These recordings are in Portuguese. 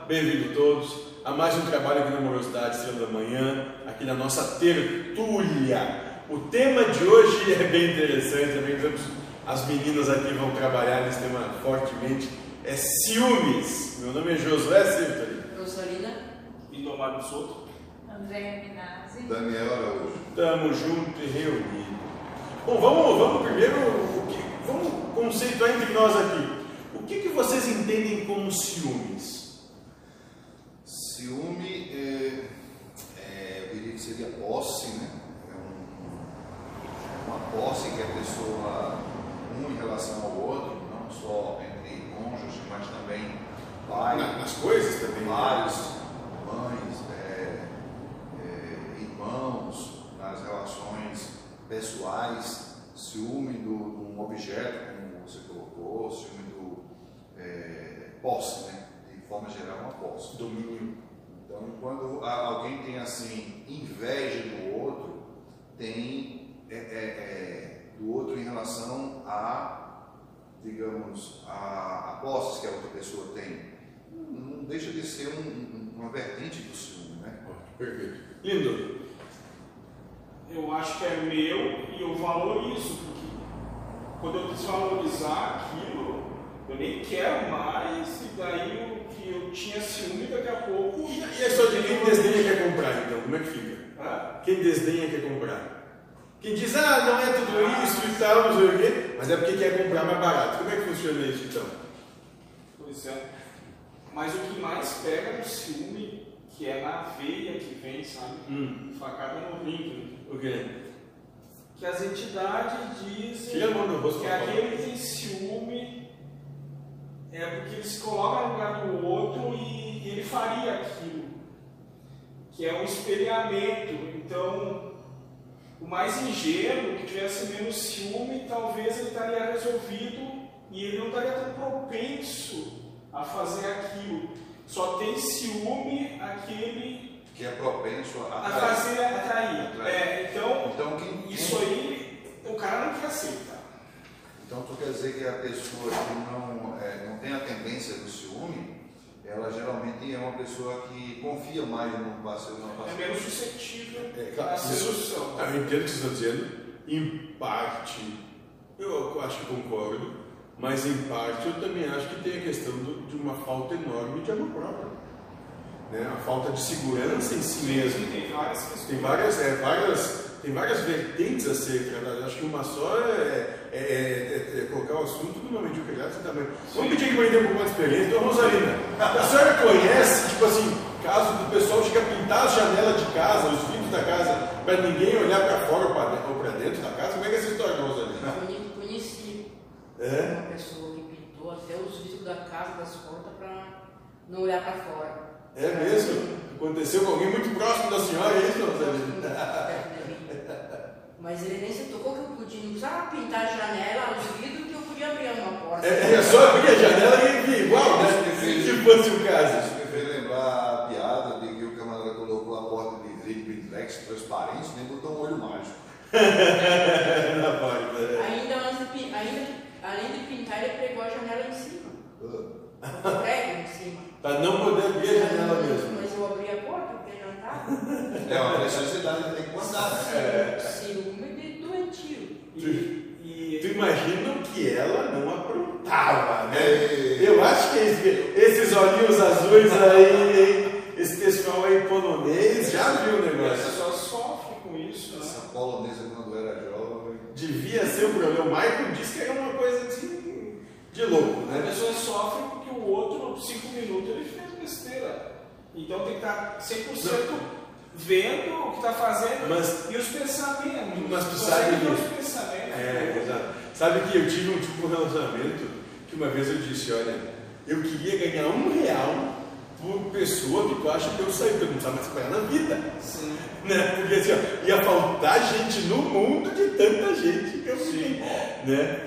bem-vindo todos a mais um trabalho aqui na Morosidade Estrela da Manhã, aqui na nossa tertúlia. O tema de hoje é bem interessante, as meninas aqui vão trabalhar nesse tema fortemente, é ciúmes. Meu nome é Josué Sirtoli. Rosalina. Indomado Souto. Andréa Minazzi. Daniel Araújo. Estamos juntos e reunidos. Bom, vamos primeiro, vamos conceituar entre nós aqui. O que vocês entendem como ciúmes? Ciúme, eu diria que seria posse, né? É uma posse que a pessoa, um em relação ao outro, não só entre cônjuges, mas também pais. Nas coisas também. Pais, mães, irmãos, nas relações pessoais, ciúme de um objeto, como você colocou, ciúme do posse, né? De forma geral, uma posse. Domínio. Então, quando alguém tem assim inveja do outro, tem do outro em relação a, digamos, a posses que a outra pessoa tem, não deixa de ser uma vertente do ciúme, né? Perfeito. Lindo. Eu acho que é meu e eu valorizo, porque quando eu desvalorizar aquilo, eu nem quero mais, e daí o que eu tinha ciúme daqui a pouco. E a história de quem desdenha quer comprar, então, como é que fica? Quem desdenha quer comprar. Quem diz, não é tudo isso e tal, não sei o quê, mas é porque quer comprar mais barato. Como é que funciona isso, então? Pois é. Mas o que mais pega no ciúme, que é na veia que vem, sabe? Facada no rim. O quê? Que as entidades dizem Tira a mão do rosto, que aquele que tem ciúme é porque ele se coloca no lugar do outro e ele faria aquilo, que é um espelhamento. Então, o mais ingênuo que tivesse menos ciúme, talvez ele estaria resolvido e ele não estaria tão propenso a fazer aquilo. Só tem ciúme aquele Que é propenso a fazer atrair. Então, isso aí o cara não quer aceitar. Então, tu quer dizer que a pessoa que não tem a tendência do ciúme, ela geralmente é uma pessoa que confia mais no parceiro, na É parceira. menos suscetível Claro, à sedução. Eu entendo o que você está dizendo. Em parte, eu acho que concordo, mas em parte eu também acho que tem a questão de uma falta enorme de amor próprio. Né? A falta de segurança em si mesmo. Tem várias questões. Tem várias vertentes a ser tratadas. Acho que uma só é colocar o assunto no momento de criar também. Vamos pedir que vai ter um pouco mais de experiência. Então, Rosalina, a senhora conhece, tipo assim, caso do pessoal chega a pintar as janelas de casa, os vidros da casa, para ninguém olhar para fora ou para dentro da casa? Como é que é essa história, Rosalina? Conheci É? uma pessoa que pintou até os vidros da casa, das portas, para não olhar para fora. É mesmo? Aconteceu com alguém muito próximo da senhora, é isso, Rosalina? Mas ele nem se tocou que eu podia, não precisava pintar a janela, os vidros, que eu podia abrir uma porta. É só abrir a janela e vir igual, né? Se fosse o caso. Isso me fez lembrar a piada de que o camarada colocou a porta de vidro blindex transparente, nem botou um olho mágico. Na porta. Além de pintar, ele pregou a janela em cima. Prego em cima. Para não poder abrir a janela mesmo. Mas eu abri a porta porque ele não estava. É uma necessidade, tem que mandar, né? Ciúme de doentio. Tu imagina que ela não aprontava, né? É. Eu acho que esses olhinhos azuis aí, esse pessoal aí polonês, já viu o A negócio. pessoa sofre com isso, né? Essa polonesa quando era jovem. Devia ser um problema. O Michael disse que era uma coisa assim, de louco, A né? pessoa sofre porque o outro, 5 minutos, ele fez besteira. Então tem que estar 100% vendo o que está fazendo e os pensamentos. Mas tu Você sabe tem que ver que- os pensamentos. Exato. Sabe que eu tive um tipo de relacionamento que uma vez eu disse, olha, eu queria ganhar R$1 por pessoa que tu acha que eu saí, porque eu não precisava mais trabalhar na vida. Sim. Né? Porque assim, ó, ia faltar gente no mundo de tanta gente que eu fiquei. Né?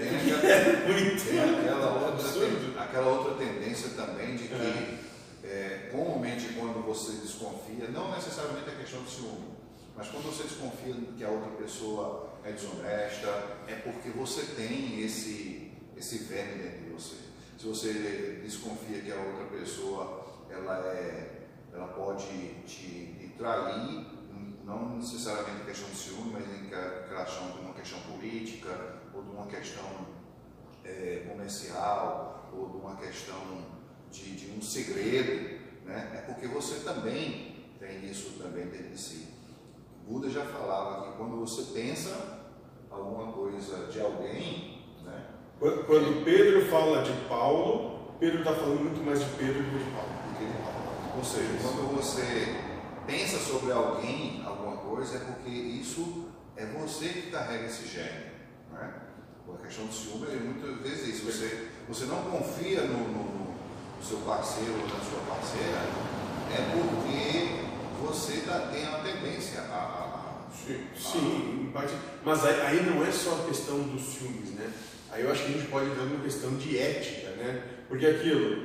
Tem aquela outra tendência também de que comumente quando você desconfia, não necessariamente a questão do ciúme, mas quando você desconfia que a outra pessoa é desonesta, é porque você tem esse verme dentro de você. Se você desconfia que a outra pessoa ela pode te trair, não necessariamente em questão de ciúme, mas em relação de uma questão política, ou de uma questão comercial, ou de uma questão de um segredo, né? É porque você também tem isso também dentro de si. Buda já falava que quando você pensa alguma coisa de alguém, né? Quando Pedro fala de Paulo, Pedro está falando muito mais de Pedro do que de Paulo. Ou seja, quando você pensa sobre alguém, alguma coisa, é porque isso é você que carrega esse gene, né? A questão do ciúme é muitas vezes isso. Você não confia no seu parceiro ou na sua parceira, é porque você tem a tendência a... Sim, mas aí não é só a questão dos ciúmes, né? Aí eu acho que a gente pode entrar numa questão de ética, né? Porque aquilo,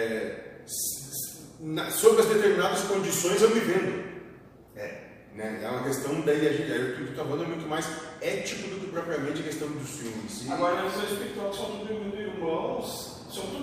sob as determinadas condições eu me vendo. Né? É uma questão daí, o que eu estou falando é muito mais ético do que propriamente a questão dos ciúmes. Agora, na visão espiritual, são tudo irmãos,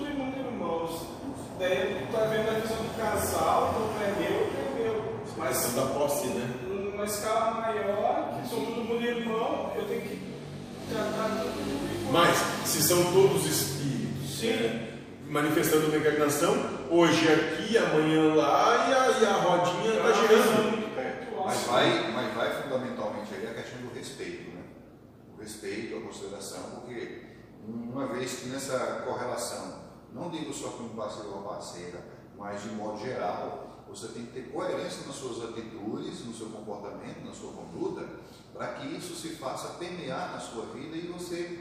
daí tu tá vendo a visão do casal, então é meu. Mas questão da posse, né? Numa escala maior, que são todo mundo irmão, eu tenho que tratar todo mundo. Mas, se são todos espíritos, né? Manifestando uma encarnação, hoje aqui, amanhã lá, e a rodinha está girando. Mas vai fundamentalmente aí a questão do respeito, né? O respeito, a consideração, porque uma vez que nessa correlação, não digo só com um parceiro ou uma parceira, mas de modo geral, você tem que ter coerência nas suas atitudes, no seu comportamento, na sua conduta, para que isso se faça permear na sua vida e você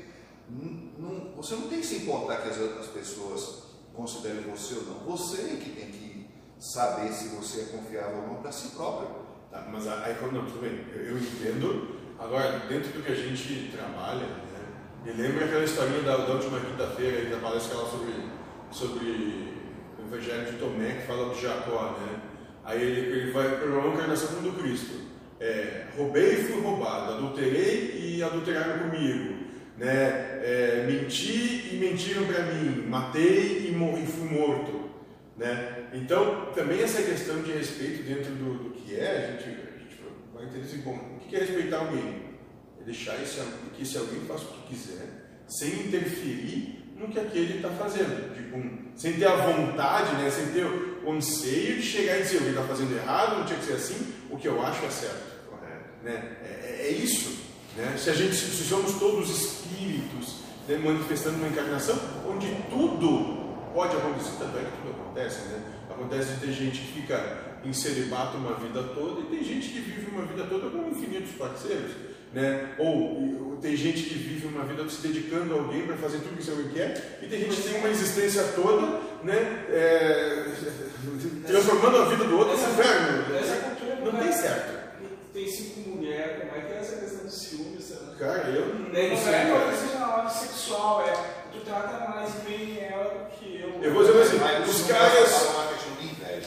não tem que se importar que as pessoas considerem você ou não. Você que tem que saber se você é confiável ou não para si próprio. Tá, mas aí, não, tudo bem, eu entendo. Agora, dentro do que a gente trabalha, né, me lembra aquela historinha da última quinta-feira, da palestra sobre o Evangelho de Tomé, que fala do Jacó, né? Aí ele vai para uma encarnação como do Cristo. Roubei e fui roubado, adulterei e adulteraram comigo, né? Menti e mentiram para mim, matei e fui morto. Né? Então, também essa questão de respeito dentro do que a gente vai entender assim, bom, o que é respeitar alguém? É deixar que esse alguém faça o que quiser, sem interferir no que aquele está fazendo, sem ter a vontade, né? Sem ter o anseio de chegar e dizer o que está fazendo errado, não tinha que ser assim, o que eu acho é certo. Né? É isso. Né? Se somos todos espíritos, né, manifestando uma encarnação, onde tudo pode acontecer, tanto é que tudo acontece, né? Acontece de ter gente que fica em celibato uma vida toda e tem gente que vive uma vida toda com infinitos parceiros, né? Ou tem gente que vive uma vida se dedicando a alguém para fazer tudo que esse alguém quer e tem gente que tem uma existência toda, né? Transformando a vida do outro no inferno. Não tem certo. Tem 5 mulheres, como é que é essa questão do ciúme? Cara, eu não sei. Não é uma questão na hora sexual, tu trata mais bem ela do que eu. Eu vou dizer assim, os caras. É uma questão de inveja.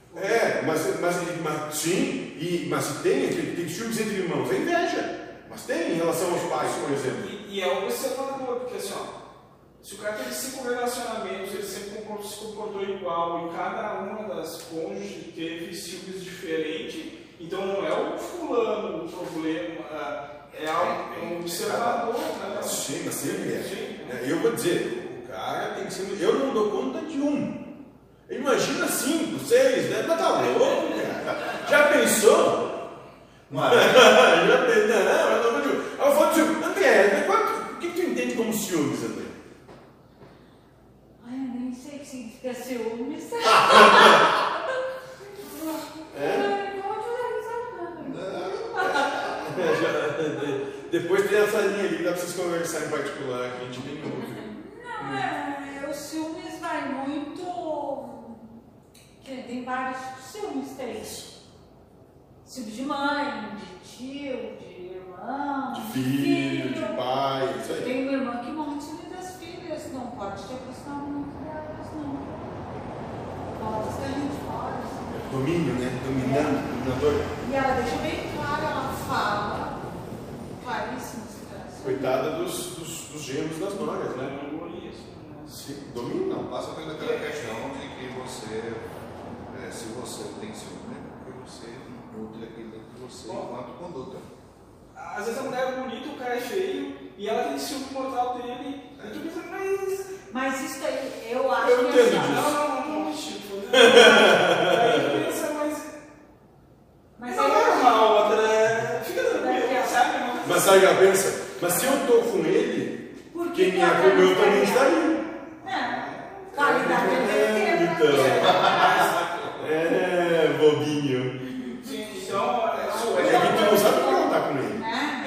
Mas tem ciúmes entre irmãos, é inveja. Mas tem em relação aos pais, por exemplo. E é o observador, porque assim, se o cara teve 5 relacionamentos, ele sempre se comportou igual e cada uma das cônjuges teve ciúmes diferentes. Então não é o fulano o problema, é um observador, né? Sim, mas sempre é. Sim. Eu vou dizer, o cara tem que ser. Eu não dou conta de um. Imagina 5, 6, né? Mas tá louco, cara. Já pensou? Não, já pensou? Não, eu não dou conta de um. Eu vou dizer, André, o que tu entende como ciúmes, André? Ai, eu nem sei o que significa ciúmes. Depois tem essa linha ali, dá pra vocês conversar em particular, que a gente tem ouve. Não, o ciúmes vai muito. Tem vários ciúmes, tem. Ciúmes de mãe, de tio, de irmão, de filho, de pai, isso aí. Tem uma irmã que morre de ciúme das filhas, não pode te aproximar muito delas, não. Pode estar gente fora. Domínio, né? Dominador. E ela deixa bem claro, ela fala, claríssimo esse caso. Coitada dos gêmeos das noras, né? Não é isso, né? Sim, domínio não, passa pela questão de que você se você tem ciúme, é porque você nutre aquilo dentro de você enquanto conduta. Às vezes a mulher é bonita, o cara é feio, e ela tem ciúme mortal dele, e tu pensa, Mas isso aí, eu acho Eu que entendo assim, disso. não, tipo. Aí tu pensa, mas Mas não aí é normal, outra, fica tranquilo, sabe? Mas sabe o que ela pensa? Mas se eu tô com ele, por que quem é como eu também estaria. Qualidade é Bobinho. Então, É que tu não sabe como ela tá com ele.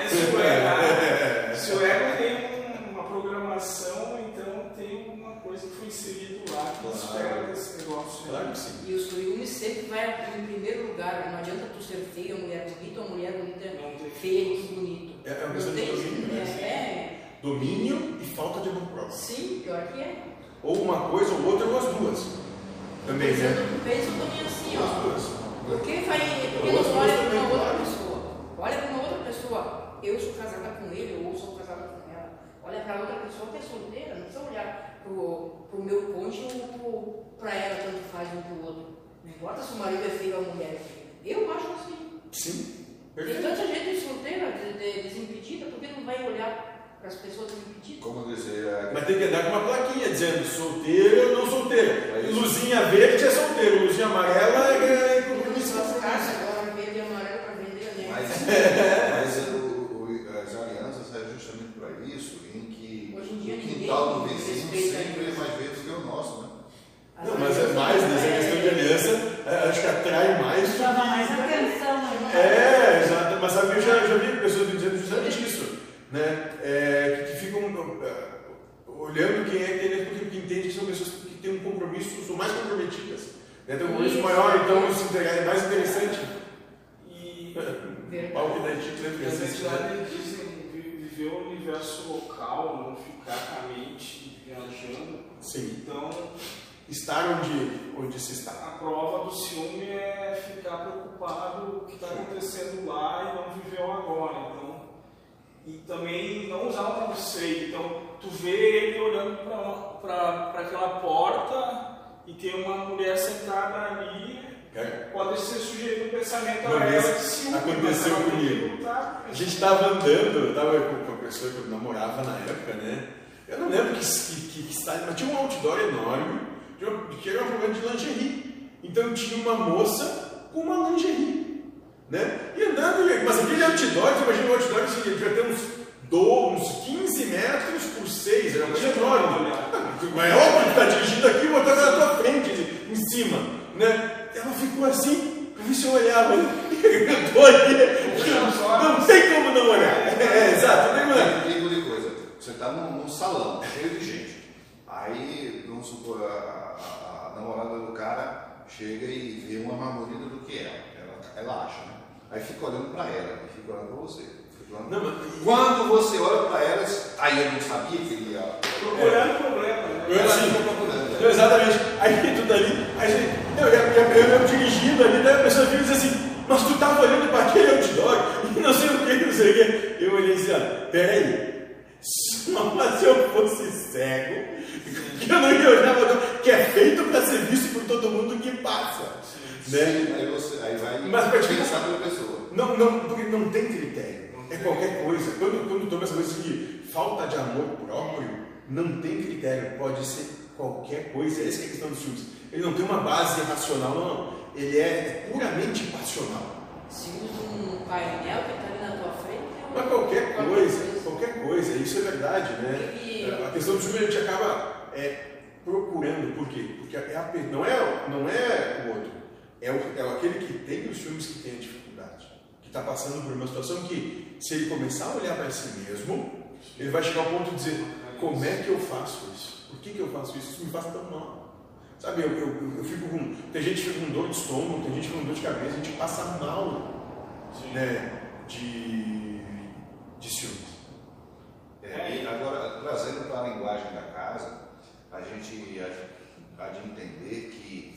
se o ego tem uma programação, então tem uma coisa que foi inserida lá que espera desse negócio. Claro que sim. E o ciúme sempre vai em primeiro lugar. Não adianta tu ser feio, a mulher bonita, ou a mulher bonita feia e bonito. É uma questão de domínio, né? Domínio e falta de amor próprio. Sim, pior que é. Ou uma coisa ou outra, ou as duas. Também, né? Eu penso também assim, As ó. duas. Porque não olha para uma outra pessoa. Olha para uma outra pessoa. Eu sou casada com ele ou sou casada com ela. Olha para outra pessoa que é solteira. Não precisa olhar pro meu cônjuge ou para ela, tanto faz um pro outro. Não importa se o marido é feio ou a mulher é feia. Eu acho assim. Sim. Tem Perfeito. tanta gente solteira, desimpedida, por que não vai olhar para as pessoas desimpedidas? Como dizer, Mas tem que andar com uma plaquinha dizendo solteiro ou não solteiro. Luzinha verde é solteiro, luzinha amarela é compromisso. As casas agora verde e amarelo para vender, né? mas as alianças é justamente para isso, em que Hoje em dia o ninguém quintal do vizinho respeita sempre é isso. mais verde do que o nosso, né? Não, mas é mais, nessa questão de aliança, acho que atrai mais. chama mais atenção, né? Exato. Mas sabe, eu já vi pessoas dizendo justamente isso, né? Que ficam olhando quem é que tem, porque entende que são pessoas que têm um compromisso, são mais comprometidas, né? Tem um compromisso maior, então se entregar é mais interessante. E Pau que dá de as entidades dizem viver o universo local, não ficar com a mente viajando. Sim. Então, Estar onde se está. a prova do ciúme é ficar preocupado com o que está acontecendo lá e não viver o agora. Então, e também não usar o conceito. Então, tu vê ele olhando para aquela porta e tem uma mulher sentada ali. Pode ser sujeito do pensamento Uma a vez ela de ciúme. aconteceu mas ela tem que comigo. lutar. A gente estava andando, eu estava com a pessoa que eu namorava na época, né? Eu não lembro que estádio, mas tinha um outdoor enorme, que era uma propaganda de lingerie. Então tinha uma moça com uma lingerie, né? E andando, mas aquele outdoor, você imagina um outdoor assim, ele devia ter uns 15 metros por 6, era uma coisa enorme. Mas é óbvio que está dirigindo aqui, o outdoor na tua frente, em cima, né? Ela ficou assim, pra ver se eu olhava. Eu tô aqui, não tem como não olhar. Exato, não tem como olhar. Tipo de coisa, você está num salão cheio de gente, aí, vamos supor, a namorada do cara chega e vê uma mais bonita do que ela acha, né? Aí fica olhando para ela, e fica olhando para você. Não, mas... Quando você olha para elas, aí eu não sabia que ele ia Procurando problema, né? Eu assim, fica procurando. então, exatamente. Aí tu tá ali, eu dirigindo ali, daí a pessoa fica e diz assim, mas tu tava olhando para aquele outdoor e não sei o que, não sei o que. Eu olhei assim, ó, peraí, mas se eu fosse cego, que eu não ia olhar para que é feito para ser visto por todo mundo que passa. Né? Aí vai Mas pra te pensar pela pessoa. Não, porque não tem critério. É qualquer coisa. Quando toma essa coisa de falta de amor próprio, não tem critério. Pode ser qualquer coisa. Essa é a questão dos filmes. Ele não tem uma base racional, não. Ele é puramente passional. Se usa um painel que está ali na tua frente. Mas qualquer coisa. Isso é verdade, né? A questão do filme a gente acaba procurando. Por quê? Porque não é o outro. É aquele que tem os filmes que tem a dificuldade. Que está passando por uma situação que, se ele começar a olhar para si mesmo, ele vai chegar ao ponto de dizer, como é que eu faço isso? Por que eu faço isso? Isso me faz tão mal. Sabe, eu fico com... Tem gente que fica com dor de estômago, tem gente que fica com dor de cabeça, a gente passa mal, né, de ciúmes. E agora, trazendo para a linguagem da casa, a gente há de entender que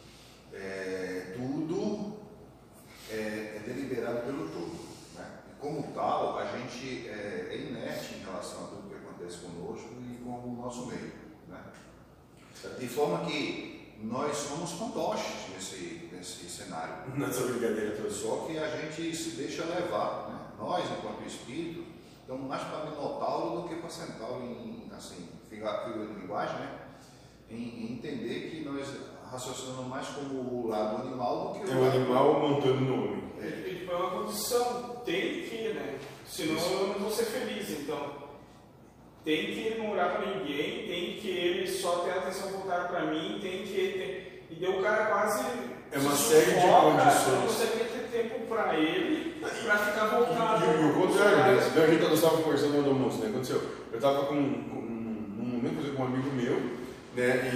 tudo é deliberado pelo todo, né? E como tal, a gente é inerte em relação a tudo que acontece conosco e com o nosso meio, né? De forma que nós somos fantoches nesse cenário. Nessa brincadeira toda. Só que a gente se deixa levar, né? Nós, enquanto espírito, estamos mais para minotauro do que para centauro, assim, figura de linguagem, né? Em entender que nós raciocinamos mais como o lado animal do que o animal montando no homem. Ele foi uma condição, tem que, né? Senão eu não vou ser feliz, então. Tem que ele não olhar para ninguém, tem que ele só ter a atenção voltada para mim, tem que ele e deu o cara quase. É uma série de condições. Você tem que ter tempo para ele, para ficar voltado. E o contrário, né? A gente estava conversando no almoço, né? Aconteceu. Eu estava num momento com um amigo meu, né?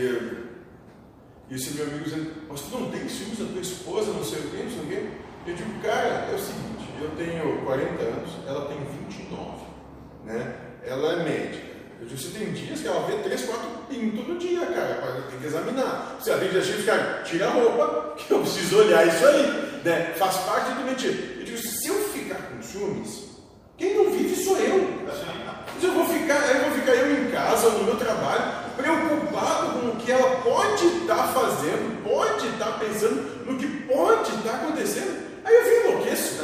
E esse meu amigo dizendo: mas tu não tem ciúmes da tua esposa, não sei o quê, não sei o quê? Eu digo: cara, é o seguinte, eu tenho 40 anos, ela tem 29, né? Ela é médica. Eu digo: você tem dias que ela vê 3, 4 pintos no dia, cara, tem que examinar. Você tem dias, cara, tira a roupa, que eu preciso olhar isso aí, né? Faz parte do métier. Eu digo: se eu ficar com ciúmes, quem não vive sou eu. Mas eu vou ficar eu em casa, no meu trabalho, preocupado com o que ela pode estar fazendo, pode estar pensando no que pode estar acontecendo. Aí eu vi enlouqueço,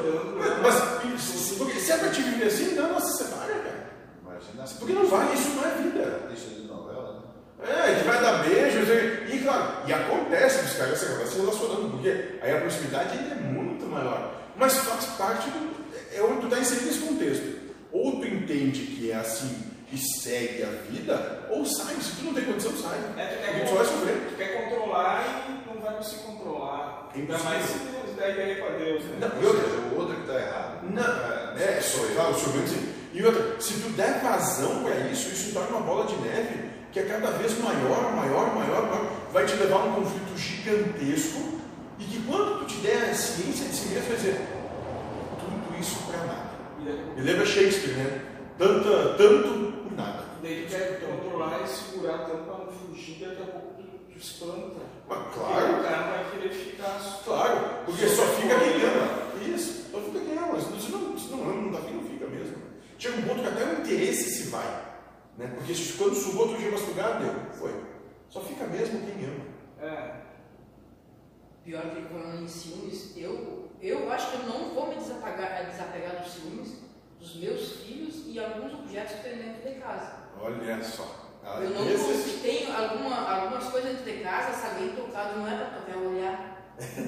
mas porque se é pra te viver assim, não se separa, cara. Imagina. Porque não vai, isso não é vida. Isso de novela, né? É, que vai dar beijos, e claro, e acontece dos caras se relacionando, porque aí a proximidade ainda é muito maior. Mas faz parte é onde tu está inserido nesse contexto. Ou tu entende que é assim e segue a vida, ou sai. Se tu não tem condição, sai. Tu só vai sofrer. Tu quer controlar e não vai conseguir controlar. Ainda mais se Deus der ideia para Deus, né? Não, Ou seja, o outro que está errado. Não, sou eu. Claro, sou eu sim. E outra, se tu der vazão para isso torna uma bola de neve que é cada vez maior, vai te levar a um conflito gigantesco e que quando tu te der a ciência de si mesmo, vai dizer tudo isso para nada. Me lembra Shakespeare, né? Tanto por nada. Daí tu quer controlar e segurar tanto para não fugir, daqui a pouco tu espanta. Mas claro. O cara vai querer ficar. Claro, porque só fica quem ama. Isso, só fica quem ama. Se não ama, não dá fim, não fica mesmo. Chega um ponto que até o interesse se vai. Né? Porque quando subiu outro dia mastigado, foi. Só fica mesmo quem ama. Pior que falando em ciúmes, eu acho que eu não vou me desapegar dos ciúmes dos meus filhos e alguns objetos que eu tenho dentro de casa. Olha só. Eu não tenho algumas coisas dentro de casa, se alguém tocado, não é para tocar, olhar.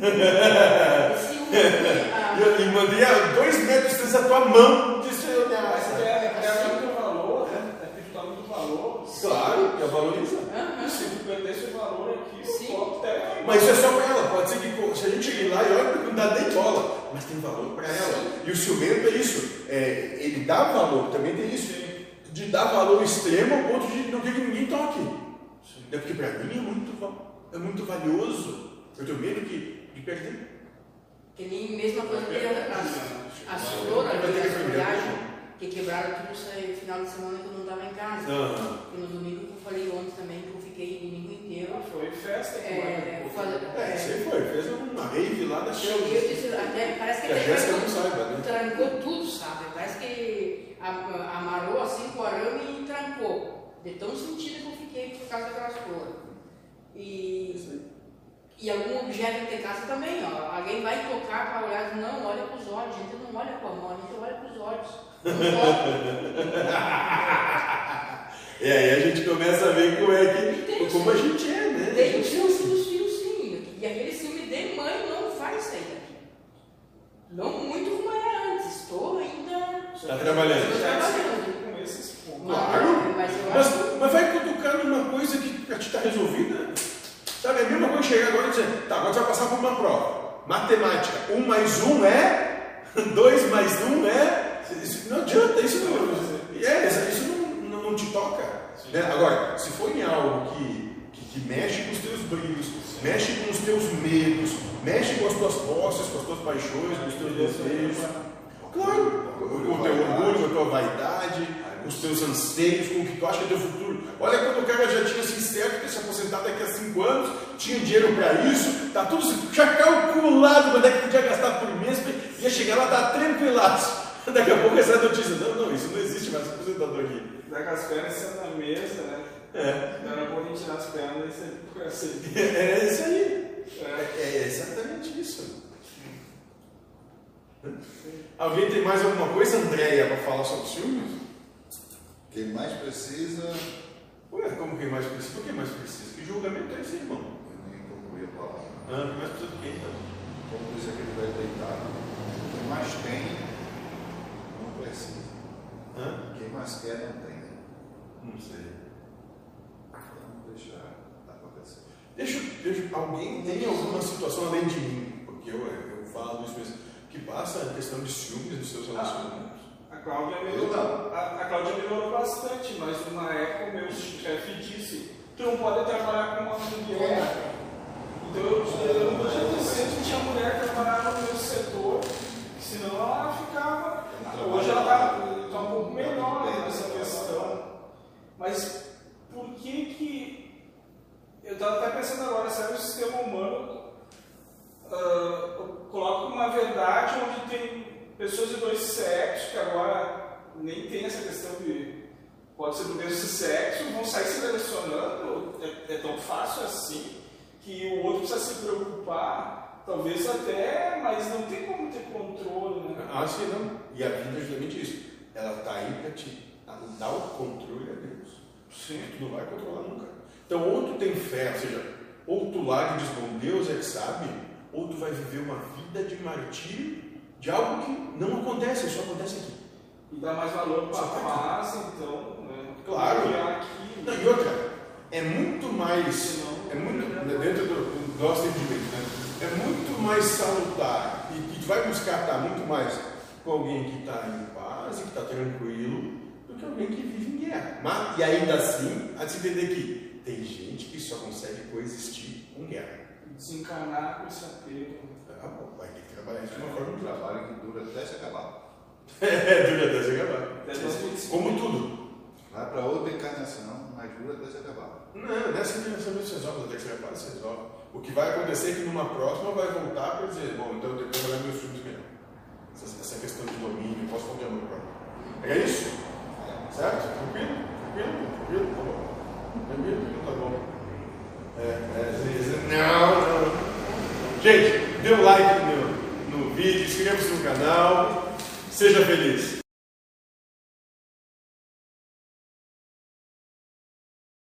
E mandei a 2 metros de distância da tua mão. Disse olhar. Mas é muito valor, né? É que tu dá muito valor. Claro, que valoriza. Se tu perdesse o valor aqui, sim. Mas isso é só para ela. Pode ser que se a gente chegar lá e olha, não dá nem bola. Mas tem valor para ela. Sim. E o ciumento é isso. Ele dá valor, também tem isso. De dar valor extremo ao ponto de não querer que ninguém toque. Sim. É porque para mim é muito valioso. Eu tenho medo de perder. Que nem mesma coisa que as flores ali, as folhagens, que quebraram tudo no final de semana que eu não estava em casa. E no domingo que eu falei ontem também, que eu fiquei o domingo inteiro. Foi festa. Você fez uma rave lá da Cheguei, até parece que a Jéssica não saiba, né? Trancou tudo, sabe? Parece que amarrou assim com o arame e trancou. De tão sentido que eu fiquei por causa daquelas flores. E algum objeto de casa também, ó. Alguém vai tocar para olhar, não, olha com os olhos, a gente não olha com a mão, a gente olha com os olhos. E aí a gente começa a ver como a gente é, né? Tem o ciúme dos filhos, sim. E aquele ciúme de mãe não faz sair daqui. Não muito como era antes. Estou ainda. Está trabalhando. Estou trabalhando. Claro. Mas vai cutucar numa coisa que para ti está resolvida. Sabe, é a mesma coisa chegar agora e dizer, tá, agora você vai passar por uma prova. Matemática, 1 mais 1 é, 2 mais 1 é. Isso não adianta, isso não te toca. Né? Agora, se for em algo que mexe com os teus brilhos, mexe com os teus medos, mexe com as tuas posses, com as tuas paixões, com os teus desejos, claro, com o teu orgulho, com a tua vaidade, com os teus anseios, com o que tu acha que é teu futuro. Olha quando o cara já tinha assim certo que ia se aposentar daqui a 5 anos, tinha dinheiro para isso, tá tudo já calculado quando é que podia gastar por mês, ia chegar lá, tá tranquilaço. Daqui a pouco essa notícia, não, isso não existe mais aposentadoria. Dá com as pernas na mesa, né? Era bom a gente tirar as pernas e sempre por assim. É isso aí. É exatamente isso. Alguém tem mais alguma coisa, Andréia, para falar sobre os filmes? Quem mais precisa. Ué, como quem mais precisa? Por que mais precisa? Que julgamento é esse, irmão? Eu nem concluí a palavra. Quem mais precisa do que então? Como diz aquele velho deitado. Quem mais tem, não precisa. Quem mais quer, não tem. Não sei. Então, deixa acontecer. Deixa, alguém tem alguma situação além de mim? Porque eu falo isso mesmo. Que passa a questão de ciúmes nos seus relacionamentos. A Cláudia melhorou bastante, mas numa época o meu chefe disse: tu não pode trabalhar com uma mulher. Então eu não podia dizer que tinha mulher que trabalhava no meu setor, senão ela ficava. Hoje ela está um pouco melhor nessa questão. Mas por que. Eu estava até pensando agora, será que o sistema humano coloca uma verdade onde tem pessoas de dois sexos, que agora nem tem essa questão de pode ser do mesmo sexo, vão sair se relacionando, é tão fácil assim, que o outro precisa se preocupar, talvez até, mas não tem como ter controle, né? Sim, não. E a vida é justamente isso. Ela está aí para te dar o controle a Deus. Sim. Tu não vai controlar nunca. Então, ou tu tem fé, ou seja, ou tu larga e diz, bom, Deus é que sabe, ou tu vai viver uma vida de martírio de algo que não acontece, só acontece aqui. E dá mais valor para a paz, então, né? Claro. Aqui. Não, e outra, é muito mais, dentro do nosso entendimento, né? É muito mais salutar e tu vai buscar estar muito mais com alguém que está em paz e que está tranquilo do que alguém que vive em guerra. Mas, e ainda assim, há de se entender que tem gente que só consegue coexistir com guerra. Desencarnar com esse apego. Bom, vai ter que trabalhar isso de uma forma Um trabalho que dura até se acabar. dura até se acabar. Como tudo. Vai para outra encarnação, mas dura até se acabar. Não, nessa encarnação não se resolve, na terceira parte se resolve. O que vai acontecer é que numa próxima vai voltar para dizer, bom, então eu tenho que trabalhar meus filhos melhor. Essa questão de domínio, posso fazer amor próprio. É isso? Certo? Tranquilo? Tranquilo? Tá bom. Tranquilo? Tá bom. Não. Gente, dê um like no vídeo, inscreva-se no canal, seja feliz.